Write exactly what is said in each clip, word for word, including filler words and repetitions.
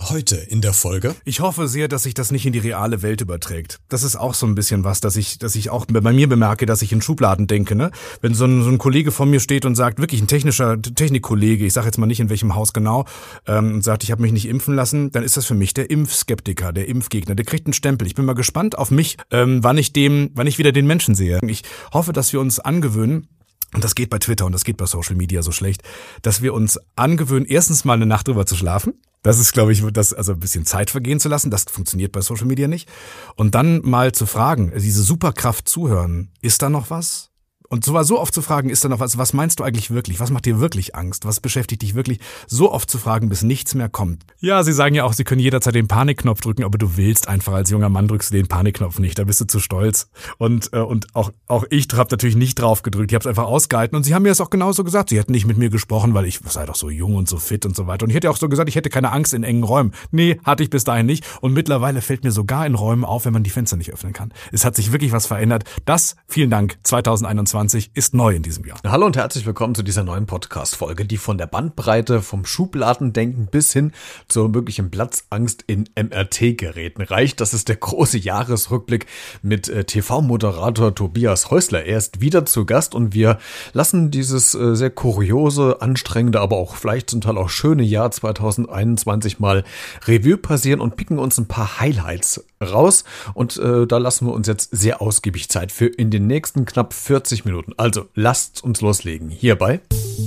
Heute in der Folge. Ich hoffe sehr, dass sich das nicht in die reale Welt überträgt. Das ist auch so ein bisschen was, dass ich, dass ich auch bei mir bemerke, dass ich in Schubladen denke, ne? Wenn so ein, so ein Kollege vor mir steht und sagt, wirklich ein technischer Technikkollege, ich sage jetzt mal nicht in welchem Haus genau, ähm, und sagt, ich habe mich nicht impfen lassen, dann ist das für mich der Impfskeptiker, der Impfgegner. Der kriegt einen Stempel. Ich bin mal gespannt auf mich, ähm, wann ich dem, wann ich wieder den Menschen sehe. Ich hoffe, dass wir uns angewöhnen. Und das geht bei Twitter und das geht bei Social Media so schlecht, dass wir uns angewöhnen, erstens mal eine Nacht drüber zu schlafen. Das ist, glaube ich, das, also ein bisschen Zeit vergehen zu lassen. Das funktioniert bei Social Media nicht. Und dann mal zu fragen, diese Superkraft zuhören, ist da noch was? Und zwar so oft zu fragen, ist da noch was, was meinst du eigentlich wirklich? Was macht dir wirklich Angst? Was beschäftigt dich wirklich? So oft zu fragen, bis nichts mehr kommt. Ja, sie sagen ja auch, sie können jederzeit den Panikknopf drücken, aber du willst einfach als junger Mann drückst du den Panikknopf nicht, da bist du zu stolz. Und äh, und auch auch ich habe natürlich nicht drauf gedrückt, ich habe es einfach ausgehalten und sie haben mir das auch genauso gesagt. Sie hätten nicht mit mir gesprochen, weil ich sei doch so jung und so fit und so weiter. Und ich hätte auch so gesagt, ich hätte keine Angst in engen Räumen. Nee, hatte ich bis dahin nicht. Und mittlerweile fällt mir sogar in Räumen auf, wenn man die Fenster nicht öffnen kann. Es hat sich wirklich was verändert. Das, vielen Dank, zwanzig einundzwanzig ist neu in diesem Jahr. Hallo und herzlich willkommen zu dieser neuen Podcast-Folge, die von der Bandbreite vom Schubladendenken bis hin zur möglichen Platzangst in M R T-Geräten reicht. Das ist der große Jahresrückblick mit äh, T V-Moderator Tobias Häusler. Er ist wieder zu Gast und wir lassen dieses äh, sehr kuriose, anstrengende, aber auch vielleicht zum Teil auch schöne Jahr zwanzig einundzwanzig mal Revue passieren und picken uns ein paar Highlights raus. Und äh, da lassen wir uns jetzt sehr ausgiebig Zeit für in den nächsten knapp vierzig Minuten. Also lasst uns loslegen. Hierbei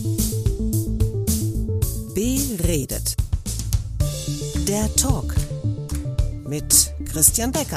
Beredet. Der Talk mit Christian Becker.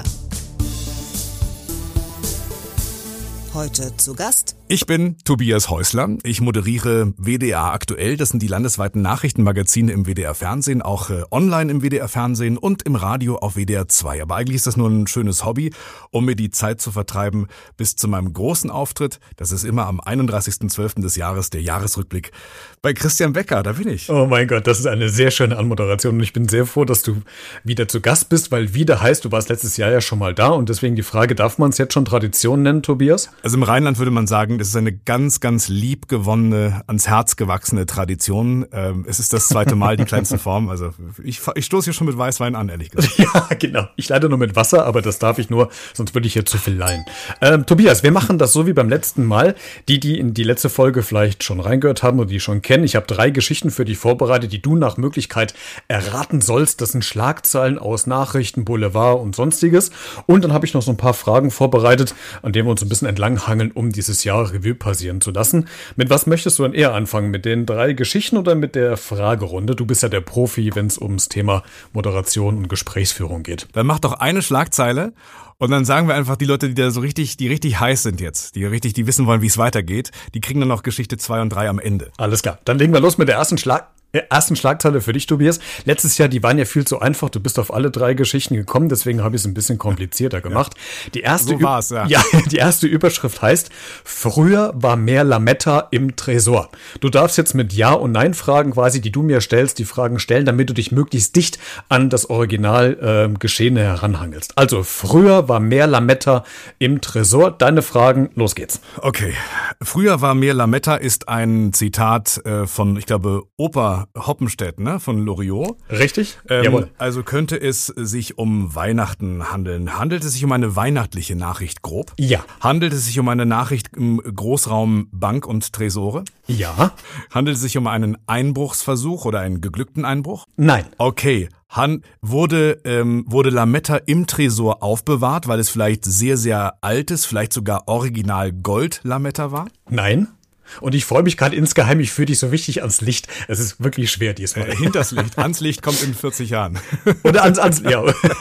Heute zu Gast Ich bin Tobias Häusler. Ich moderiere W D R aktuell. Das sind die landesweiten Nachrichtenmagazine im W D R Fernsehen, auch äh, online im W D R Fernsehen und im Radio auf W D R zwei. Aber eigentlich ist das nur ein schönes Hobby, um mir die Zeit zu vertreiben bis zu meinem großen Auftritt. Das ist immer am einunddreißigsten zwölften des Jahres, der Jahresrückblick bei Christian Becker. Da bin ich. Oh mein Gott, das ist eine sehr schöne Anmoderation und ich bin sehr froh, dass du wieder zu Gast bist, weil wieder heißt, du warst letztes Jahr ja schon mal da und deswegen die Frage, darf man es jetzt schon Tradition nennen, Tobias? Also im Rheinland würde man sagen, das ist eine ganz, ganz liebgewonnene, ans Herz gewachsene Tradition. Ähm, es ist das zweite Mal die kleinste Form. Also ich, ich stoße hier schon mit Weißwein an, ehrlich gesagt. Ja, genau. Ich leider nur mit Wasser, aber das darf ich nur, sonst würde ich hier zu viel leihen. Ähm, Tobias, wir machen das so wie beim letzten Mal. Die, die in die letzte Folge vielleicht schon reingehört haben oder die schon kennen. Ich habe drei Geschichten für dich vorbereitet, die du nach Möglichkeit erraten sollst. Das sind Schlagzeilen aus Nachrichten, Boulevard und Sonstiges. Und dann habe ich noch so ein paar Fragen vorbereitet, an denen wir uns ein bisschen entlanghangeln, um dieses Jahr Revue passieren zu lassen. Mit was möchtest du denn eher anfangen? Mit den drei Geschichten oder mit der Fragerunde? Du bist ja der Profi, wenn es ums Thema Moderation und Gesprächsführung geht. Dann mach doch eine Schlagzeile und dann sagen wir einfach, die Leute, die da so richtig, die richtig heiß sind jetzt, die richtig, die wissen wollen, wie es weitergeht, die kriegen dann noch Geschichte zwei und drei am Ende. Alles klar. Dann legen wir los mit der ersten Schlag. Ersten Schlagzeile für dich, Tobias. Letztes Jahr, die waren ja viel zu einfach. Du bist auf alle drei Geschichten gekommen, deswegen habe ich es ein bisschen komplizierter gemacht. Ja. Die erste so war's, ja. ja, die erste Überschrift heißt: Früher war mehr Lametta im Tresor. Du darfst jetzt mit Ja- und Nein-Fragen quasi, die du mir stellst, die Fragen stellen, damit du dich möglichst dicht an das Original äh, Geschehene heranhangelst. Also, früher war mehr Lametta im Tresor. Deine Fragen, los geht's. Okay. Früher war mehr Lametta ist ein Zitat äh, von, ich glaube, Opa Hoppenstedt, ne, von Loriot. Richtig? Ähm, Jawohl. Also könnte es sich um Weihnachten handeln. Handelt es sich um eine weihnachtliche Nachricht grob? Ja. Handelt es sich um eine Nachricht im Großraum Bank und Tresore? Ja. Handelt es sich um einen Einbruchsversuch oder einen geglückten Einbruch? Nein. Okay. Han, wurde, ähm, wurde Lametta im Tresor aufbewahrt, weil es vielleicht sehr, sehr altes, vielleicht sogar original Gold-Lametta war? Nein. Und ich freue mich gerade insgeheim, ich führe dich so richtig ans Licht. Es ist wirklich schwer diesmal. Äh, hinters Licht, ans Licht kommt in vierzig Jahren. Oder ans, ans, ja.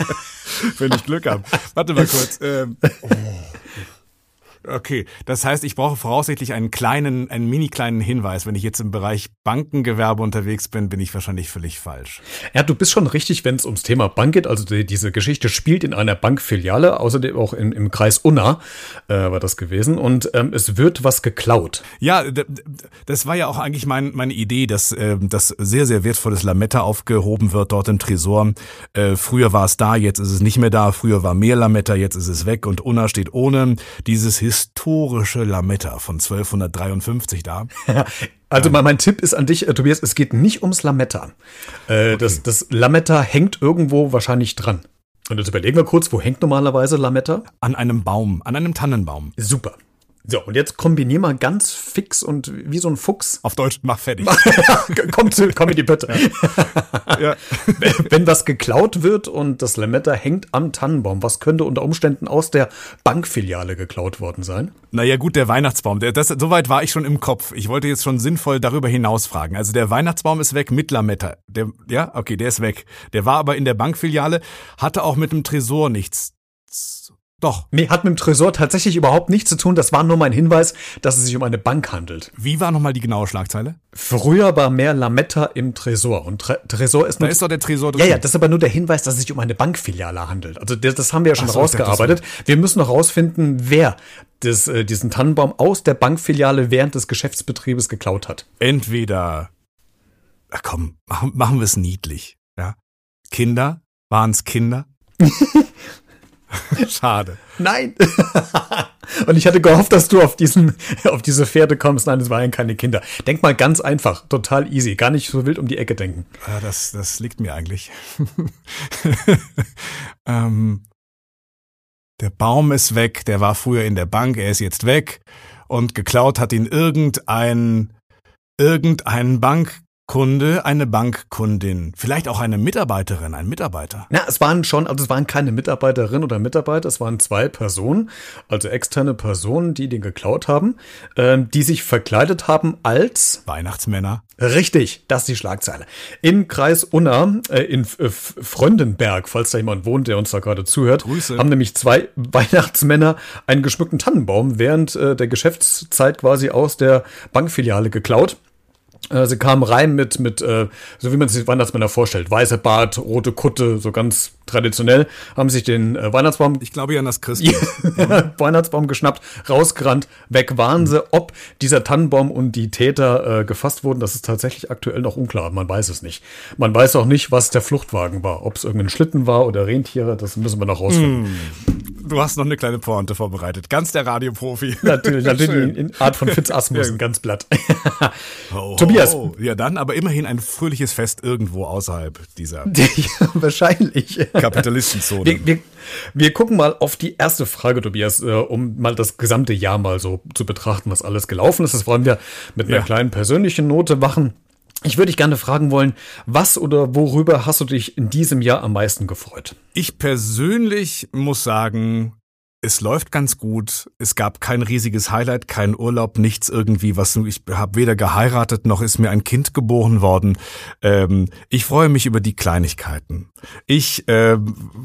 Wenn ich Glück habe. Warte mal kurz. Ähm, oh. Okay, das heißt, ich brauche voraussichtlich einen kleinen, einen mini kleinen Hinweis. Wenn ich jetzt im Bereich Bankengewerbe unterwegs bin, bin ich wahrscheinlich völlig falsch. Ja, du bist schon richtig, wenn es ums Thema Bank geht. Also die, diese Geschichte spielt in einer Bankfiliale, außerdem auch in, im Kreis Unna äh, war das gewesen. Und ähm, es wird was geklaut. Ja, d- das war ja auch eigentlich mein, meine Idee, dass äh, das sehr, sehr wertvolles Lametta aufgehoben wird dort im Tresor. Äh, früher war es da, jetzt ist es nicht mehr da. Früher war mehr Lametta, jetzt ist es weg und Unna steht ohne. Dieses historische Lametta von zwölfhundertdreiundfünfzig da. Also mein, mein Tipp ist an dich, äh, Tobias, es geht nicht ums Lametta. Äh, okay. das, das Lametta hängt irgendwo wahrscheinlich dran. Und jetzt überlegen wir kurz, wo hängt normalerweise Lametta? An einem Baum, an einem Tannenbaum. Super. So, und jetzt kombinier mal ganz fix und wie so ein Fuchs. Auf Deutsch, mach fertig. komm, zu, komm in die Pötte. Ja. Wenn was geklaut wird und das Lametta hängt am Tannenbaum, was könnte unter Umständen aus der Bankfiliale geklaut worden sein? Naja gut, der Weihnachtsbaum. Der, das, soweit war ich schon im Kopf. Ich wollte jetzt schon sinnvoll darüber hinaus fragen. Also der Weihnachtsbaum ist weg mit Lametta. Der, ja, okay, der ist weg. Der war aber in der Bankfiliale, hatte auch mit dem Tresor nichts. Doch. Nee, hat mit dem Tresor tatsächlich überhaupt nichts zu tun. Das war nur mein Hinweis, dass es sich um eine Bank handelt. Wie war nochmal die genaue Schlagzeile? Früher war mehr Lametta im Tresor. Und Tre- Tresor ist nur. Da ist doch der Tresor drin. Ja, ja, das ist aber nur der Hinweis, dass es sich um eine Bankfiliale handelt. Also das, das haben wir ja schon Ach so, rausgearbeitet. Wir müssen noch rausfinden, wer das, äh, diesen Tannenbaum aus der Bankfiliale während des Geschäftsbetriebes geklaut hat. Entweder, ach komm, machen, machen wir es niedlich. Ja? Kinder? Waren es Kinder? Schade. Nein. Und ich hatte gehofft, dass du auf diesen, auf diese Pferde kommst. Nein, es waren keine Kinder. Denk mal ganz einfach, total easy. Gar nicht so wild um die Ecke denken. Ja, das, das liegt mir eigentlich. ähm, der Baum ist weg, der war früher in der Bank, er ist jetzt weg. Und geklaut hat ihn irgendein, irgendein Bank Kunde, eine Bankkundin, vielleicht auch eine Mitarbeiterin, ein Mitarbeiter. Na, es waren schon, also es waren keine Mitarbeiterin oder Mitarbeiter, es waren zwei Personen, also externe Personen, die den geklaut haben, ähm, die sich verkleidet haben als Weihnachtsmänner. Richtig, das ist die Schlagzeile. Im Kreis Unna, äh, in äh, Fröndenberg, falls da jemand wohnt, der uns da gerade zuhört, Grüße. Haben nämlich zwei Weihnachtsmänner einen geschmückten Tannenbaum während äh, der Geschäftszeit quasi aus der Bankfiliale geklaut. Sie kamen rein mit, mit äh, so wie man sich Weihnachtsmänner vorstellt. Weißer Bart, rote Kutte, so ganz traditionell. Haben sich den äh, Weihnachtsbaum... Ich glaube ja an das Christbaum. Weihnachtsbaum geschnappt, rausgerannt, weg waren sie. Ob dieser Tannenbaum und die Täter äh, gefasst wurden, das ist tatsächlich aktuell noch unklar. Man weiß es nicht. Man weiß auch nicht, was der Fluchtwagen war. Ob es irgendein Schlitten war oder Rentiere, das müssen wir noch rausfinden. Mm, du hast noch eine kleine Pointe vorbereitet. Ganz der Radioprofi. Natürlich, natürlich in Art von Fitzasmussen, ganz platt. Oh, Tobias. Oh, ja dann, aber immerhin ein fröhliches Fest irgendwo außerhalb dieser ja, wahrscheinlich Kapitalistenzone. Wir, wir, wir gucken mal auf die erste Frage, Tobias, äh, um mal das gesamte Jahr mal so zu betrachten, was alles gelaufen ist. Das wollen wir mit einer ja. kleinen persönlichen Note machen. Ich würde dich gerne fragen wollen, was oder worüber hast du dich in diesem Jahr am meisten gefreut? Ich persönlich muss sagen, es läuft ganz gut. Es gab kein riesiges Highlight, kein Urlaub, nichts irgendwie, was ich habe weder geheiratet noch ist mir ein Kind geboren worden. Ähm, ich freue mich über die Kleinigkeiten. Ich äh,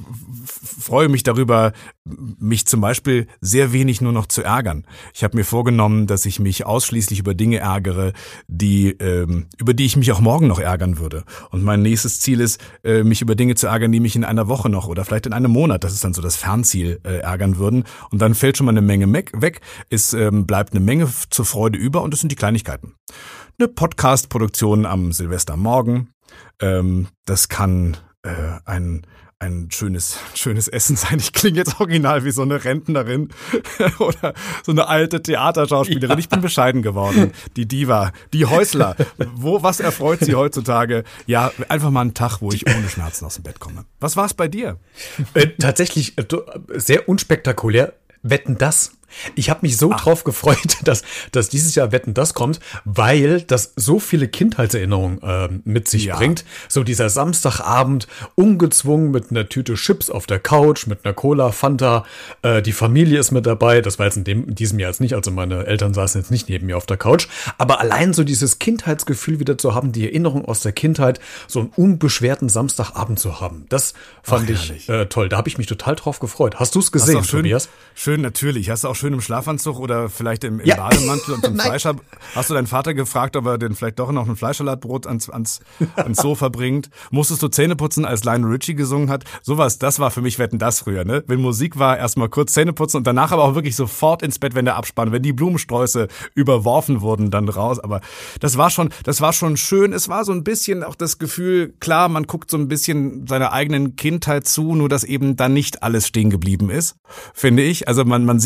freue mich darüber, mich zum Beispiel sehr wenig nur noch zu ärgern. Ich habe mir vorgenommen, dass ich mich ausschließlich über Dinge ärgere, die ähm, über die ich mich auch morgen noch ärgern würde. Und mein nächstes Ziel ist, äh, mich über Dinge zu ärgern, die mich in einer Woche noch oder vielleicht in einem Monat, das ist dann so das Fernziel, äh, ärgern würden. Und dann fällt schon mal eine Menge weg. Es ähm, bleibt eine Menge zur Freude über und das sind die Kleinigkeiten. Eine Podcast-Produktion am Silvestermorgen. Ähm, das kann äh, ein ein schönes schönes Essen sein. Ich klinge jetzt original wie so eine Rentnerin oder so eine alte Theaterschauspielerin. Ja. Ich bin bescheiden geworden. Die Diva, die Häusler. Wo, was erfreut Sie heutzutage? Ja, einfach mal einen Tag, wo ich ohne Schmerzen aus dem Bett komme. Was war es bei dir? Äh, tatsächlich äh, sehr unspektakulär. Wetten, das? Ich habe mich so Ach. drauf gefreut, dass, dass dieses Jahr Wetten, das kommt, weil das so viele Kindheitserinnerungen äh, mit sich ja. bringt. So dieser Samstagabend, ungezwungen mit einer Tüte Chips auf der Couch, mit einer Cola, Fanta. Äh, die Familie ist mit dabei. Das war jetzt in, dem, in diesem Jahr jetzt nicht. Also meine Eltern saßen jetzt nicht neben mir auf der Couch. Aber allein so dieses Kindheitsgefühl wieder zu haben, die Erinnerung aus der Kindheit, so einen unbeschwerten Samstagabend zu haben. Das fand Ach, ich äh, toll. Da habe ich mich total drauf gefreut. Hast du es gesehen, schön, Tobias? Schön, natürlich. Hast du auch schön im Schlafanzug oder vielleicht im, im ja. Bademantel und im Fleischer. Hast du deinen Vater gefragt, ob er denn vielleicht doch noch ein Fleischsalatbrot ans, ans, ans Sofa bringt? Musstest du Zähne putzen, als Lionel Richie gesungen hat? Sowas, das war für mich Wetten, das früher, ne? Wenn Musik war, erstmal kurz Zähne putzen und danach aber auch wirklich sofort ins Bett, wenn der Abspann, wenn die Blumensträuße überworfen wurden, dann raus. Aber das war schon, das war schon schön. Es war so ein bisschen auch das Gefühl, klar, man guckt so ein bisschen seiner eigenen Kindheit zu, nur dass eben dann nicht alles stehen geblieben ist, finde ich. Also man, man sieht ihm schon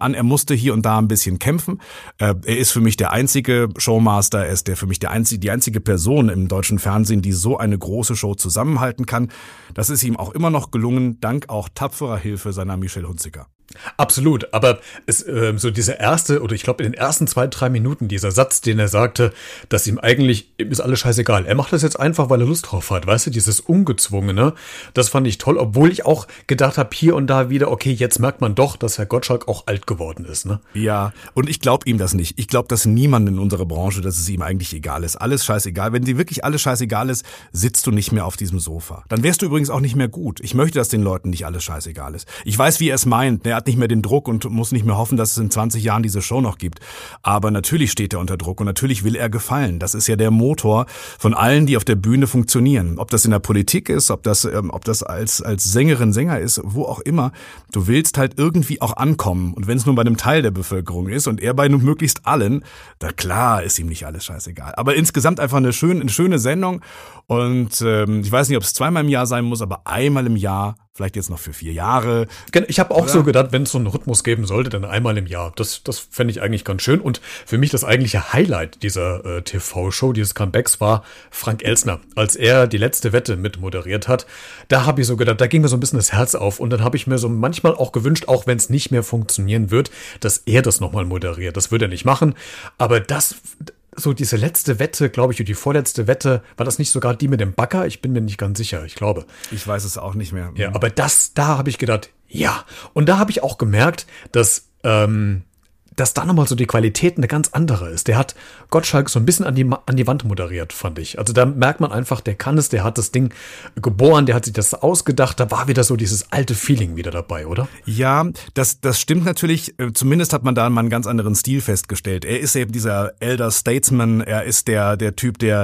an, er musste hier und da ein bisschen kämpfen. Äh, er ist für mich der einzige Showmaster, er ist der für mich der einzige, die einzige Person im deutschen Fernsehen, die so eine große Show zusammenhalten kann. Das ist ihm auch immer noch gelungen, dank auch tapferer Hilfe seiner Michelle Hunziker. Absolut, aber es, äh, so dieser erste, oder ich glaube in den ersten zwei, drei Minuten, dieser Satz, den er sagte, dass ihm eigentlich, ihm ist alles scheißegal. Er macht das jetzt einfach, weil er Lust drauf hat, weißt du, dieses Ungezwungene, das fand ich toll, obwohl ich auch gedacht habe, hier und da wieder, okay, jetzt merkt man doch, dass Herr Gottschalk auch alt geworden ist, ne? Ja, und ich glaube ihm das nicht. Ich glaube, dass niemand in unserer Branche, dass es ihm eigentlich egal ist. Alles scheißegal. Wenn dir wirklich alles scheißegal ist, sitzt du nicht mehr auf diesem Sofa. Dann wärst du übrigens auch nicht mehr gut. Ich möchte, dass den Leuten nicht alles scheißegal ist. Ich weiß, wie er es meint. Er hat nicht mehr den Druck und muss nicht mehr hoffen, dass es in zwanzig Jahren diese Show noch gibt. Aber natürlich steht er unter Druck und natürlich will er gefallen. Das ist ja der Motor von allen, die auf der Bühne funktionieren. Ob das in der Politik ist, ob das, ähm, ob das als, als Sängerin, Sänger ist, wo auch immer. Du willst halt irgendwie auch ankommen. Und wenn es nur bei einem Teil der Bevölkerung ist und er bei möglichst allen, da klar ist ihm nicht alles scheißegal. Aber insgesamt einfach eine schöne, eine schöne Sendung. Und ähm, ich weiß nicht, ob es zweimal im Jahr sein muss, aber einmal im Jahr, vielleicht jetzt noch für vier Jahre. Ich habe auch oder? so gedacht, wenn es so einen Rhythmus geben sollte, dann einmal im Jahr. Das, das fände ich eigentlich ganz schön. Und für mich das eigentliche Highlight dieser äh, T V-Show, dieses Comebacks, war Frank Elstner. Als er die letzte Wette mit moderiert hat, da habe ich so gedacht, da ging mir so ein bisschen das Herz auf. Und dann habe ich mir so manchmal auch gewünscht, auch wenn es nicht mehr funktionieren wird, dass er das nochmal moderiert. Das würde er nicht machen. Aber das... So diese letzte Wette, glaube ich, und die vorletzte Wette, war das nicht sogar die mit dem Bagger? Ich bin mir nicht ganz sicher, ich glaube. Ich weiß es auch nicht mehr. Ja, aber das, da habe ich gedacht, ja. Und da habe ich auch gemerkt, dass, ähm, dass da nochmal so die Qualität eine ganz andere ist. Der hat Gottschalk so ein bisschen an die, an die Wand moderiert, fand ich. Also da merkt man einfach, der kann es, der hat das Ding geboren, der hat sich das ausgedacht, da war wieder so dieses alte Feeling wieder dabei, oder? Ja, das, das stimmt natürlich. Zumindest hat man da mal einen ganz anderen Stil festgestellt. Er ist eben dieser Elder Statesman, er ist der, der Typ, der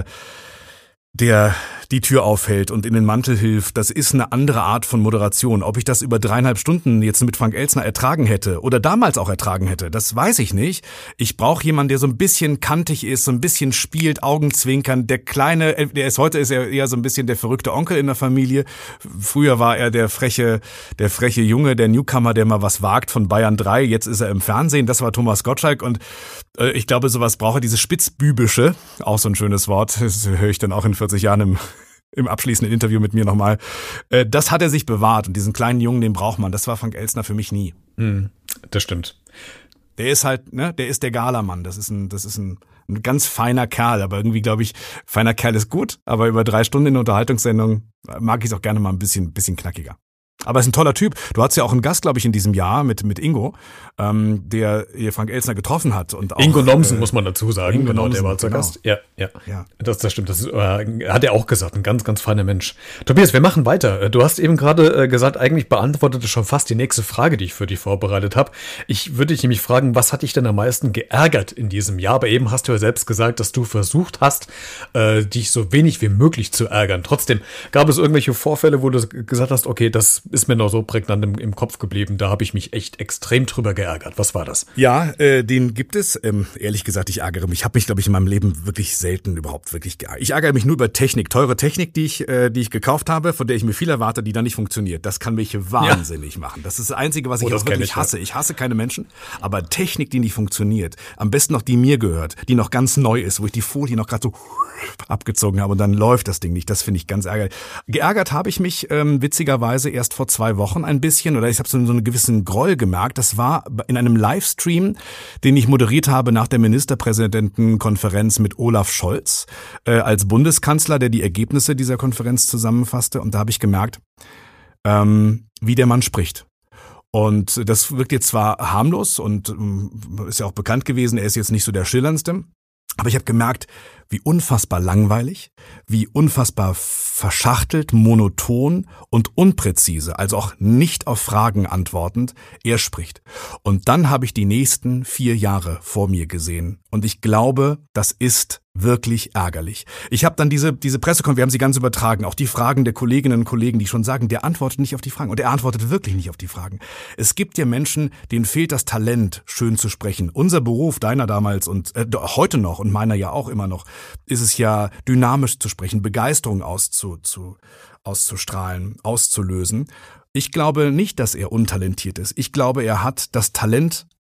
der die Tür aufhält und in den Mantel hilft. Das ist eine andere Art von Moderation. Ob ich das über dreieinhalb Stunden jetzt mit Frank Elstner ertragen hätte oder damals auch ertragen hätte, das weiß ich nicht. Ich brauche jemanden, der so ein bisschen kantig ist, so ein bisschen spielt, Augenzwinkern. Der kleine, der ist heute ist er eher so ein bisschen der verrückte Onkel in der Familie. Früher war er der freche, der freche Junge, der Newcomer, der mal was wagt von Bayern drei. Jetzt ist er im Fernsehen. Das war Thomas Gottschalk und äh, ich glaube, sowas brauche dieses Spitzbübische, auch so ein schönes Wort. Das höre ich dann auch in vierzig Jahren im im abschließenden Interview mit mir nochmal. Äh, das hat er sich bewahrt und diesen kleinen Jungen, den braucht man. Das war Frank Elstner für mich nie. Mm, das stimmt. Der ist halt, ne, der ist der Galamann. Das ist ein, das ist ein, ein ganz feiner Kerl. Aber irgendwie glaube ich, feiner Kerl ist gut. Aber über drei Stunden in der Unterhaltungssendung mag ich es auch gerne mal ein bisschen, bisschen knackiger. Aber er ist ein toller Typ. Du hattest ja auch einen Gast, glaube ich, in diesem Jahr mit mit Ingo, ähm, der hier Frank Elstner getroffen hat. Und auch, Ingo Nomsen, äh, muss man dazu sagen. Ingo genau, Nomsen, der war zu genau. Gast. Ja, ja, ja. Das, das stimmt. Das ist, äh, hat er auch gesagt. Ein ganz, ganz feiner Mensch. Tobias, wir machen weiter. Du hast eben gerade äh, gesagt, eigentlich beantwortete schon fast die nächste Frage, die ich für dich vorbereitet habe. Ich würde dich nämlich fragen, was hat dich denn am meisten geärgert in diesem Jahr? Aber eben hast du ja selbst gesagt, dass du versucht hast, äh, dich so wenig wie möglich zu ärgern. Trotzdem gab es irgendwelche Vorfälle, wo du gesagt hast, okay, das ist mir noch so prägnant Im, im Kopf geblieben. Da habe ich mich echt extrem drüber geärgert. Was war das? Ja, äh, den gibt es. Ähm, ehrlich gesagt, ich ärgere mich. Ich habe mich, glaube ich, in meinem Leben wirklich selten überhaupt wirklich geärgert. Ich ärgere mich nur über Technik. Teure Technik, die ich, äh, die ich gekauft habe, von der ich mir viel erwarte, die dann nicht funktioniert. Das kann mich wahnsinnig ja. machen. Das ist das Einzige, was ich oh, auch wirklich ich, hasse. Ja. Ich hasse keine Menschen, aber Technik, die nicht funktioniert. Am besten noch die mir gehört, die noch ganz neu ist, wo ich die Folie noch gerade so abgezogen habe und dann läuft das Ding nicht. Das finde ich ganz ärgerlich. Geärgert habe ich mich ähm, witzigerweise erst vor zwei Wochen ein bisschen, oder ich habe so, so einen gewissen Groll gemerkt. Das war in einem Livestream, den ich moderiert habe nach der Ministerpräsidentenkonferenz mit Olaf Scholz äh, als Bundeskanzler, der die Ergebnisse dieser Konferenz zusammenfasste. Und da habe ich gemerkt, ähm, wie der Mann spricht. Und das wirkt jetzt zwar harmlos und äh, ist ja auch bekannt gewesen, er ist jetzt nicht so der Schillerndste, aber ich habe gemerkt, wie unfassbar langweilig, wie unfassbar verschachtelt, monoton und unpräzise, also auch nicht auf Fragen antwortend, er spricht. Und dann habe ich die nächsten vier Jahre vor mir gesehen. Und ich glaube, das ist wirklich ärgerlich. Ich habe dann diese diese Pressekonferenz, wir haben sie ganz übertragen, auch die Fragen der Kolleginnen und Kollegen, die schon sagen, der antwortet nicht auf die Fragen. Und er antwortet wirklich nicht auf die Fragen. Es gibt ja Menschen, denen fehlt das Talent, schön zu sprechen. Unser Beruf, deiner damals und äh, heute noch und meiner ja auch immer noch, ist es ja dynamisch zu sprechen, Begeisterung auszu, zu, auszustrahlen, auszulösen. Ich glaube nicht, dass er untalentiert ist. Ich glaube, er hat das Talent,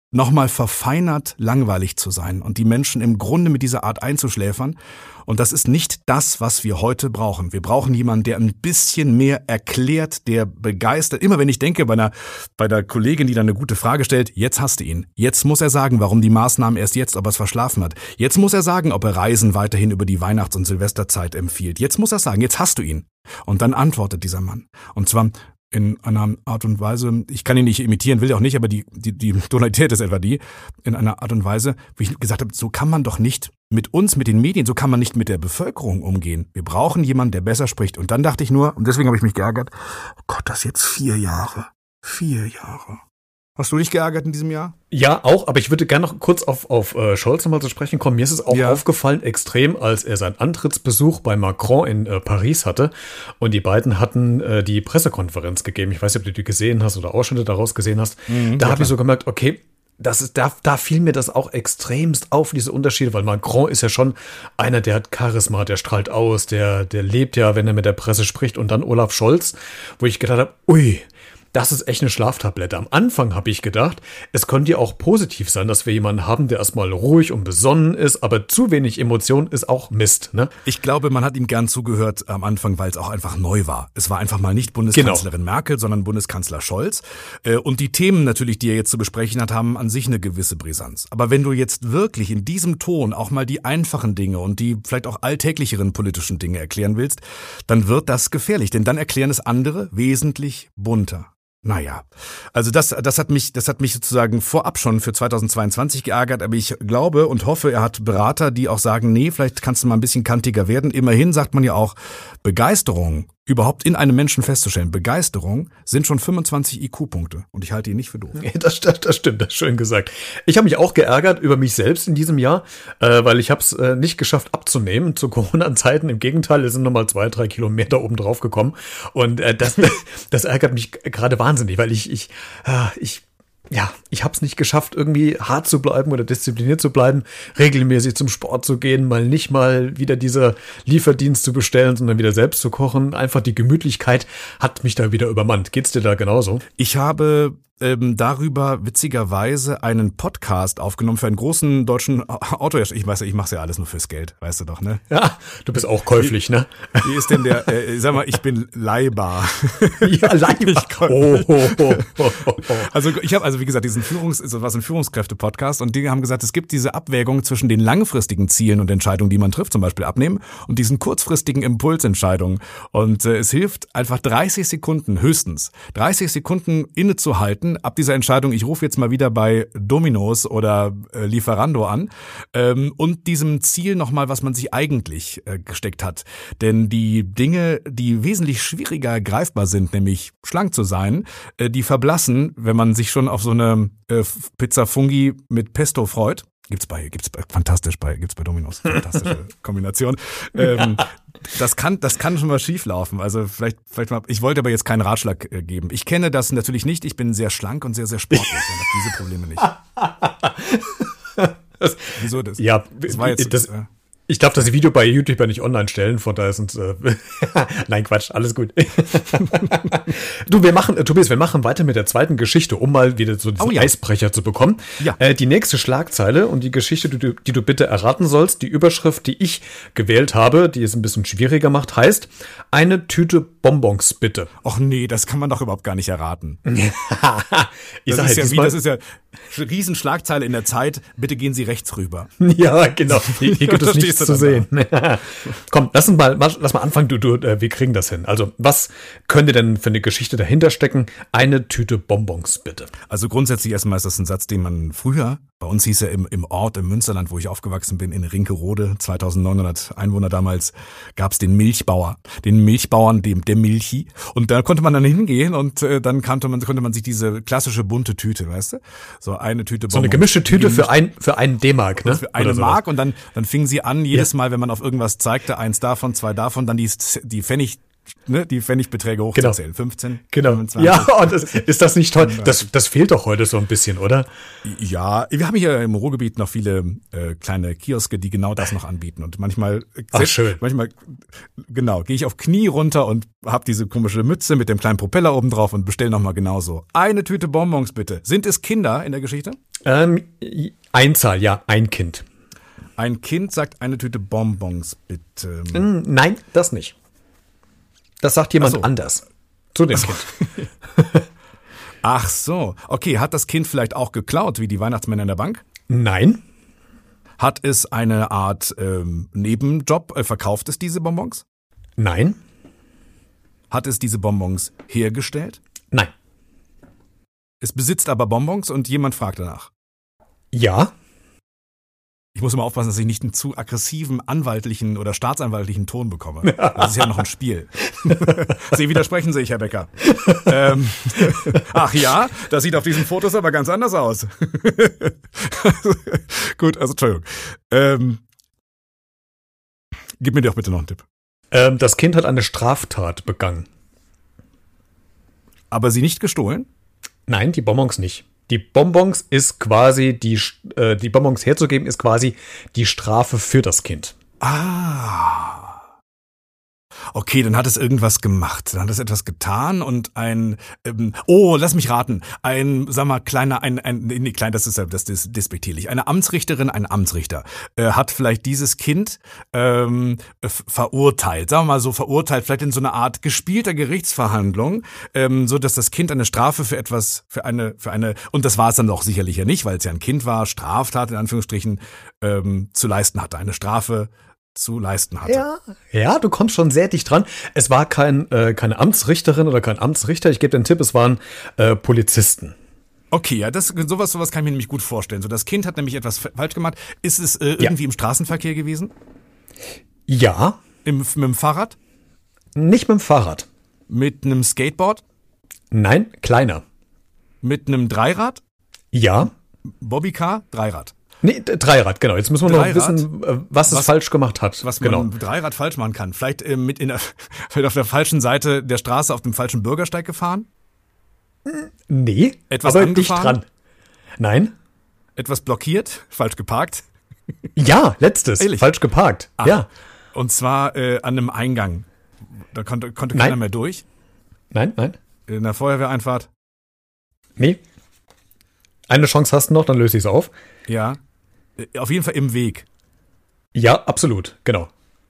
nochmal verfeinert langweilig zu sein und die Menschen im Grunde mit dieser Art einzuschläfern. Und das ist nicht das, was wir heute brauchen. Wir brauchen jemanden, der ein bisschen mehr erklärt, der begeistert. Immer wenn ich denke, bei einer, bei der Kollegin, die dann eine gute Frage stellt, jetzt hast du ihn. Jetzt muss er sagen, warum die Maßnahmen erst jetzt, ob er es verschlafen hat. Jetzt muss er sagen, ob er Reisen weiterhin über die Weihnachts- und Silvesterzeit empfiehlt. Jetzt muss er sagen, jetzt hast du ihn. Und dann antwortet dieser Mann. Und zwar in einer Art und Weise, ich kann ihn nicht imitieren, will auch nicht, aber die, die, die Tonalität ist etwa die, in einer Art und Weise, wie ich gesagt habe, so kann man doch nicht mit uns, mit den Medien, so kann man nicht mit der Bevölkerung umgehen. Wir brauchen jemanden, der besser spricht. Und dann dachte ich nur, und deswegen habe ich mich geärgert, oh Gott, das jetzt vier Jahre. Vier Jahre. Hast du dich geärgert in diesem Jahr? Ja, auch, aber ich würde gerne noch kurz auf, auf äh, Scholz nochmal zu sprechen kommen. Mir ist es auch ja. aufgefallen, extrem, als er seinen Antrittsbesuch bei Macron in äh, Paris hatte und die beiden hatten äh, die Pressekonferenz gegeben. Ich weiß nicht, ob du die gesehen hast oder Ausschnitte daraus gesehen hast. Mhm, da ja, habe ich so gemerkt, okay, das ist, da, da fiel mir das auch extremst auf, diese Unterschiede, weil Macron ist ja schon einer, der hat Charisma, der strahlt aus, der, der lebt ja, wenn er mit der Presse spricht, und dann Olaf Scholz, wo ich gedacht habe, ui, das ist echt eine Schlaftablette. Am Anfang habe ich gedacht, es könnte ja auch positiv sein, dass wir jemanden haben, der erstmal ruhig und besonnen ist, aber zu wenig Emotion ist auch Mist, ne? Ich glaube, man hat ihm gern zugehört am Anfang, weil es auch einfach neu war. Es war einfach mal nicht Bundeskanzlerin genau. Merkel, sondern Bundeskanzler Scholz. Und die Themen natürlich, die er jetzt zu besprechen hat, haben an sich eine gewisse Brisanz. Aber wenn du jetzt wirklich in diesem Ton auch mal die einfachen Dinge und die vielleicht auch alltäglicheren politischen Dinge erklären willst, dann wird das gefährlich, denn dann erklären es andere wesentlich bunter. Naja, also das, das hat mich, das hat mich sozusagen vorab schon für zweitausendzweiundzwanzig geärgert, aber ich glaube und hoffe, er hat Berater, die auch sagen, nee, vielleicht kannst du mal ein bisschen kantiger werden. Immerhin sagt man ja auch, Begeisterung, überhaupt in einem Menschen festzustellen, Begeisterung sind schon fünfundzwanzig I Q-Punkte und ich halte ihn nicht für doof. Das, das, das stimmt, das ist schön gesagt. Ich habe mich auch geärgert über mich selbst in diesem Jahr, äh, weil ich habe es äh, nicht geschafft abzunehmen zu Corona-Zeiten. Im Gegenteil, es sind nochmal zwei, drei Kilometer oben drauf gekommen und äh, das, das ärgert mich gerade wahnsinnig, weil ich, ich, äh, ich Ja, ich habe es nicht geschafft, irgendwie hart zu bleiben oder diszipliniert zu bleiben, regelmäßig zum Sport zu gehen, mal nicht mal wieder dieser Lieferdienst zu bestellen, sondern wieder selbst zu kochen. Einfach die Gemütlichkeit hat mich da wieder übermannt. Geht's dir da genauso? Ich habe ähm, darüber witzigerweise einen Podcast aufgenommen für einen großen deutschen Autohersteller. Ich weiß ja, ich mache ja alles nur fürs Geld, weißt du doch, ne? Ja, du bist auch käuflich, ne? Wie ist denn der, äh, sag mal, ich bin leihbar. Ja, leihbar. Oh, oh, oh, oh, oh. Also ich habe also wie gesagt diesen Führungs, also was ein Führungskräfte-Podcast und die haben gesagt, es gibt diese Abwägung zwischen den langfristigen Zielen und Entscheidungen, die man trifft, zum Beispiel abnehmen, und diesen kurzfristigen Impulsentscheidungen. Und äh, es hilft einfach dreißig Sekunden höchstens, dreißig Sekunden innezuhalten ab dieser Entscheidung, ich rufe jetzt mal wieder bei Domino's oder äh, Lieferando an ähm, und diesem Ziel nochmal, was man sich eigentlich äh, gesteckt hat. Denn die Dinge, die wesentlich schwieriger greifbar sind, nämlich schlank zu sein, äh, die verblassen, wenn man sich schon auf so eine äh, Pizza Fungi mit Pesto freut. Gibt's bei, gibt's bei, fantastisch bei, gibt's bei Domino's. Fantastische Kombination. Ähm, das kann, das kann schon mal schief laufen. Also vielleicht, vielleicht mal, ich wollte aber jetzt keinen Ratschlag äh, geben. Ich kenne das natürlich nicht. Ich bin sehr schlank und sehr, sehr sportlich und habe diese Probleme nicht. das, Wieso das? Ja, das war jetzt, das, äh, ich darf das Video bei YouTube ja nicht online stellen, von daher sind äh, nein, Quatsch, alles gut. Du, wir machen, Tobias, wir machen weiter mit der zweiten Geschichte, um mal wieder so diesen oh, ja. Eisbrecher zu bekommen. Ja. Äh, die nächste Schlagzeile und die Geschichte, die du, die du bitte erraten sollst, die Überschrift, die ich gewählt habe, die es ein bisschen schwieriger macht, heißt, eine Tüte Bonbons bitte. Ach nee, das kann man doch überhaupt gar nicht erraten. ich das, sag ist halt, ja wie, das ist ja Riesenschlagzeile in der Zeit, bitte gehen Sie rechts rüber. Ja, genau. Hier, hier gibt es nichts zu sehen. Komm, lass uns mal, lass mal anfangen, du, du, wir kriegen das hin. Also, was könnte denn für eine Geschichte dahinter stecken? Eine Tüte Bonbons, bitte. Also grundsätzlich erstmal ist das ein Satz, den man früher, bei uns hieß er im, im Ort, im Münsterland, wo ich aufgewachsen bin, in Rinkerode, zweitausendneunhundert Einwohner damals, gab es den Milchbauer, den Milchbauern, dem, der Milchi. Und da konnte man dann hingehen und äh, dann konnte man, konnte man sich diese klassische bunte Tüte, weißt du? So eine Tüte Bonbons. So eine gemischte Tüte gemischt, für ein, für einen D-Mark, ne? Für eine Mark und dann, dann fingen sie an, jedes ja. Mal, wenn man auf irgendwas zeigte, eins davon, zwei davon, dann die, die Pfennig, ne, die Pfennigbeträge hochzuzählen. Genau. fünfzehn, genau. fünfundzwanzig. Ja, und das, ist das nicht toll? Das, das fehlt doch heute so ein bisschen, oder? Ja, wir haben hier im Ruhrgebiet noch viele äh, kleine Kioske, die genau das noch anbieten. Und manchmal, Ach, schön. manchmal, genau, gehe ich auf Knie runter und habe diese komische Mütze mit dem kleinen Propeller oben drauf und bestelle nochmal genauso. Eine Tüte Bonbons bitte. Sind es Kinder in der Geschichte? Ähm, Einzahl, ja, ein Kind. Ein Kind sagt eine Tüte Bonbons bitte. Nein, das nicht. Das sagt jemand so. anders. Zu dem so. Kind. Ach so. Okay, hat das Kind vielleicht auch geklaut, wie die Weihnachtsmänner in der Bank? Nein. Hat es eine Art ähm, Nebenjob? Äh, verkauft es diese Bonbons? Nein. Hat es diese Bonbons hergestellt? Nein. Es besitzt aber Bonbons und jemand fragt danach. Ja. Ich muss immer aufpassen, dass ich nicht einen zu aggressiven anwaltlichen oder staatsanwaltlichen Ton bekomme. Das ist ja noch ein Spiel. Sie widersprechen sich, Herr Becker. ähm, ach ja, das sieht auf diesen Fotos aber ganz anders aus. Gut, also Entschuldigung. Ähm, gib mir doch bitte noch einen Tipp. Ähm, das Kind hat eine Straftat begangen. Aber sie nicht gestohlen? Nein, die Bonbons nicht. Die Bonbons ist quasi, die, äh, die Bonbons herzugeben, ist quasi die Strafe für das Kind. Ah. Okay, dann hat es irgendwas gemacht. Dann hat es etwas getan und ein, ähm, oh, lass mich raten, ein, sag mal, kleiner, ein, ein, nee, klein, das ist ja, das ist despektierlich. Eine Amtsrichterin, ein Amtsrichter äh, hat vielleicht dieses Kind ähm, f- verurteilt, sagen wir mal so verurteilt, vielleicht in so eine Art gespielter Gerichtsverhandlung, ähm, so dass das Kind eine Strafe für etwas, für eine, für eine, und das war es dann doch sicherlich ja nicht, weil es ja ein Kind war, Straftat in Anführungsstrichen ähm, zu leisten hatte, eine Strafe zu leisten hatte. Ja, ja, du kommst schon sehr dicht dran. Es war kein, äh, keine Amtsrichterin oder kein Amtsrichter. Ich gebe dir einen Tipp, es waren äh, Polizisten. Okay, ja, das, sowas, sowas kann ich mir nämlich gut vorstellen. So, das Kind hat nämlich etwas falsch gemacht. Ist es äh, irgendwie ja. im Straßenverkehr gewesen? Ja. Im, mit dem Fahrrad? Nicht mit dem Fahrrad. Mit einem Skateboard? Nein, kleiner. Mit einem Dreirad? Ja. Bobbycar? Dreirad. Nee, Dreirad, genau. Jetzt müssen wir Dreirad, noch wissen, was es was, falsch gemacht hat. Was man genau. mit Dreirad falsch machen kann. Vielleicht, äh, mit in der, vielleicht auf der falschen Seite der Straße auf dem falschen Bürgersteig gefahren? Nee, etwas aber angefahren? Nicht dran. Nein. Etwas blockiert? Falsch geparkt? Ja, letztes. Ehrlich? Falsch geparkt. Ach, ja. Und zwar äh, an einem Eingang. Da konnte, konnte keiner mehr durch? Nein, nein. In der Feuerwehreinfahrt? Nee. Eine Chance hast du noch, dann löse ich es auf. Ja. Auf jeden Fall im Weg. Ja, absolut, genau.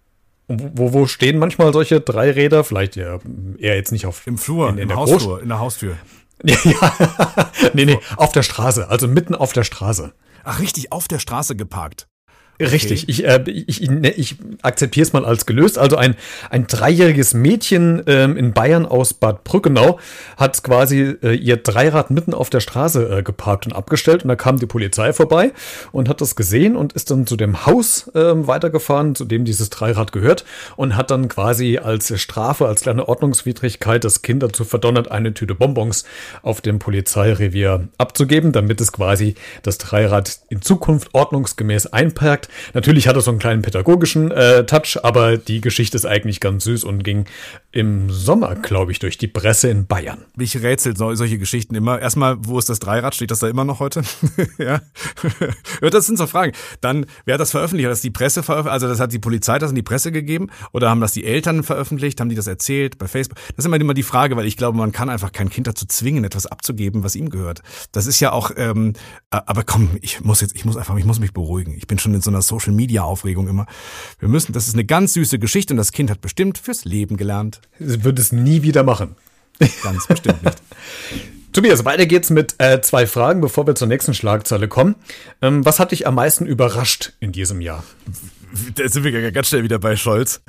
Wo, wo stehen manchmal solche Dreiräder? Vielleicht eher, eher jetzt nicht auf... Im Flur, in, in im der Hausflur, Groß- in der Haustür. Ja, nee, nee, auf der Straße, also mitten auf der Straße. Ach, richtig, auf der Straße geparkt. Richtig, okay. ich, äh, ich, ich, ich akzeptiere es mal als gelöst. Also ein, ein dreijähriges Mädchen ähm, in Bayern aus Bad Brückenau hat quasi äh, ihr Dreirad mitten auf der Straße äh, geparkt und abgestellt. Und da kam die Polizei vorbei und hat das gesehen und ist dann zu dem Haus äh, weitergefahren, zu dem dieses Dreirad gehört. Und hat dann quasi als Strafe, als kleine Ordnungswidrigkeit das Kind dazu verdonnert, eine Tüte Bonbons auf dem Polizeirevier abzugeben, damit es quasi das Dreirad in Zukunft ordnungsgemäß einparkt. Natürlich hat er so einen kleinen pädagogischen äh, Touch, aber die Geschichte ist eigentlich ganz süß und ging im Sommer, glaube ich, durch die Presse in Bayern. Ich rätsel so, solche Geschichten immer. Erstmal, wo ist das Dreirad? Steht das da immer noch heute? Ja. Das sind so Fragen. Dann, wer hat das veröffentlicht? Hat das die Presse veröffentlicht? Also das hat die Polizei das in die Presse gegeben? Oder haben das die Eltern veröffentlicht? Haben die das erzählt bei Facebook? Das ist immer, immer die Frage, weil ich glaube, man kann einfach kein Kind dazu zwingen, etwas abzugeben, was ihm gehört. Das ist ja auch, ähm, aber komm, ich muss jetzt, ich muss einfach, ich muss mich beruhigen. Ich bin schon in so einer Social-Media-Aufregung immer. Wir müssen, das ist eine ganz süße Geschichte und das Kind hat bestimmt fürs Leben gelernt. Es wird es nie wieder machen. Ganz bestimmt nicht. Tobias, weiter geht's mit äh, zwei Fragen, bevor wir zur nächsten Schlagzeile kommen. Ähm, was hat dich am meisten überrascht in diesem Jahr? Da sind wir ganz schnell wieder bei Scholz.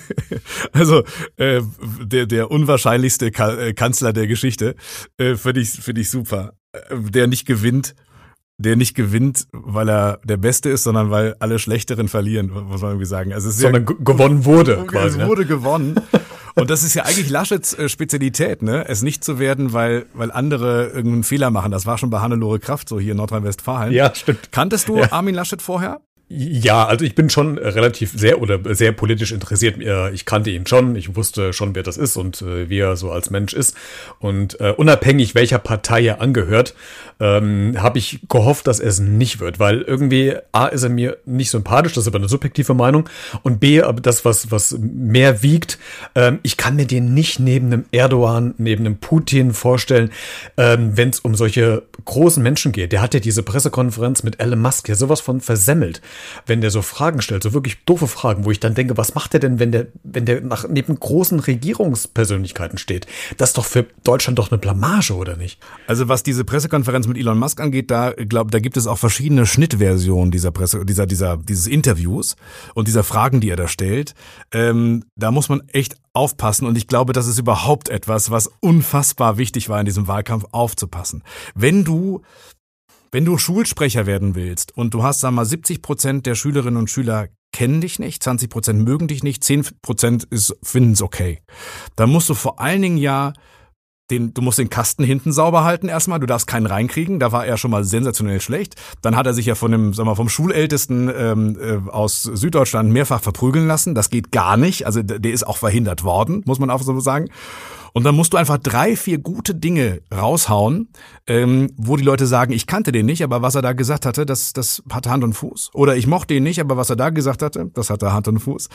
Also äh, der, der unwahrscheinlichste Ka- Kanzler der Geschichte, äh, finde ich, finde ich super. Der nicht gewinnt, der nicht gewinnt, weil er der Beste ist, sondern weil alle Schlechteren verlieren, muss man irgendwie sagen. Also es ist sondern ja, g- gewonnen wurde quasi. Es wurde ne? gewonnen. Und das ist ja eigentlich Laschets äh, Spezialität, ne? Es nicht zu werden, weil weil andere irgendeinen Fehler machen. Das war schon bei Hannelore Kraft so hier in Nordrhein-Westfalen. Ja, stimmt. Kanntest du ja. Armin Laschet vorher? Ja, also ich bin schon relativ sehr oder sehr politisch interessiert. Ich kannte ihn schon, ich wusste schon, wer das ist und äh, wie er so als Mensch ist. Und äh, unabhängig welcher Partei er angehört, ähm, habe ich gehofft, dass er es nicht wird, weil irgendwie A, ist er mir nicht sympathisch, das ist aber eine subjektive Meinung, und B, aber das, was was mehr wiegt, ähm, ich kann mir den nicht neben einem Erdogan, neben einem Putin vorstellen, ähm, wenn es um solche großen Menschen geht. Der hat ja diese Pressekonferenz mit Elon Musk ja sowas von versemmelt. Wenn der so Fragen stellt, so wirklich doofe Fragen, wo ich dann denke, was macht der denn, wenn der, wenn der nach, neben großen Regierungspersönlichkeiten steht? Das ist doch für Deutschland doch eine Blamage, oder nicht? Also was diese Pressekonferenz mit Elon Musk angeht, da glaube, da gibt es auch verschiedene Schnittversionen dieser Presse, dieser, dieser, dieses Interviews und dieser Fragen, die er da stellt. Ähm, da muss man echt aufpassen, und ich glaube, das ist überhaupt etwas, was unfassbar wichtig war in diesem Wahlkampf, aufzupassen. Wenn du Wenn du Schulsprecher werden willst und du hast, sag mal, siebzig Prozent der Schülerinnen und Schüler kennen dich nicht, zwanzig Prozent mögen dich nicht, zehn Prozent finden es okay, dann musst du vor allen Dingen ja Den, du musst den Kasten hinten sauber halten erstmal, du darfst keinen reinkriegen, da war er schon mal sensationell schlecht. Dann hat er sich ja von dem, sag mal, vom Schulältesten ähm, äh, aus Süddeutschland mehrfach verprügeln lassen. Das geht gar nicht, also der ist auch verhindert worden, muss man auch so sagen. Und dann musst du einfach drei, vier gute Dinge raushauen, ähm, wo die Leute sagen, ich kannte den nicht, aber was er da gesagt hatte, das, das hatte Hand und Fuß. Oder ich mochte ihn nicht, aber was er da gesagt hatte, das hatte Hand und Fuß.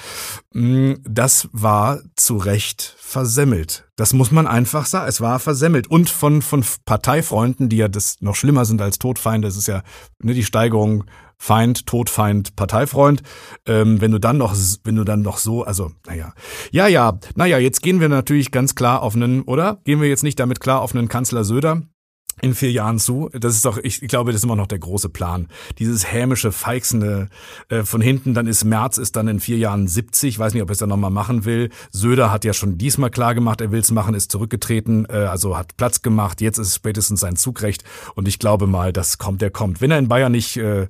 Das war zu Recht versemmelt. Das muss man einfach sagen. Es war versemmelt. Und von, von Parteifreunden, die ja das noch schlimmer sind als Todfeinde. Das ist ja ne, die Steigerung Feind, Todfeind, Parteifreund. Ähm, wenn du dann noch, wenn du dann noch so, also, naja. Ja, ja, naja, jetzt gehen wir natürlich ganz klar auf einen, oder? Gehen wir jetzt nicht damit klar auf einen Kanzler Söder in vier Jahren zu? Das ist doch, ich glaube, das ist immer noch der große Plan. Dieses hämische, feixende äh, von hinten, dann ist Merz, ist dann in vier Jahren siebzig, ich weiß nicht, ob er es dann nochmal machen will. Söder hat ja schon diesmal klar gemacht, er will es machen, ist zurückgetreten, äh, also hat Platz gemacht, jetzt ist spätestens sein Zugrecht, und ich glaube mal, das kommt, der kommt. Wenn er in Bayern nicht äh,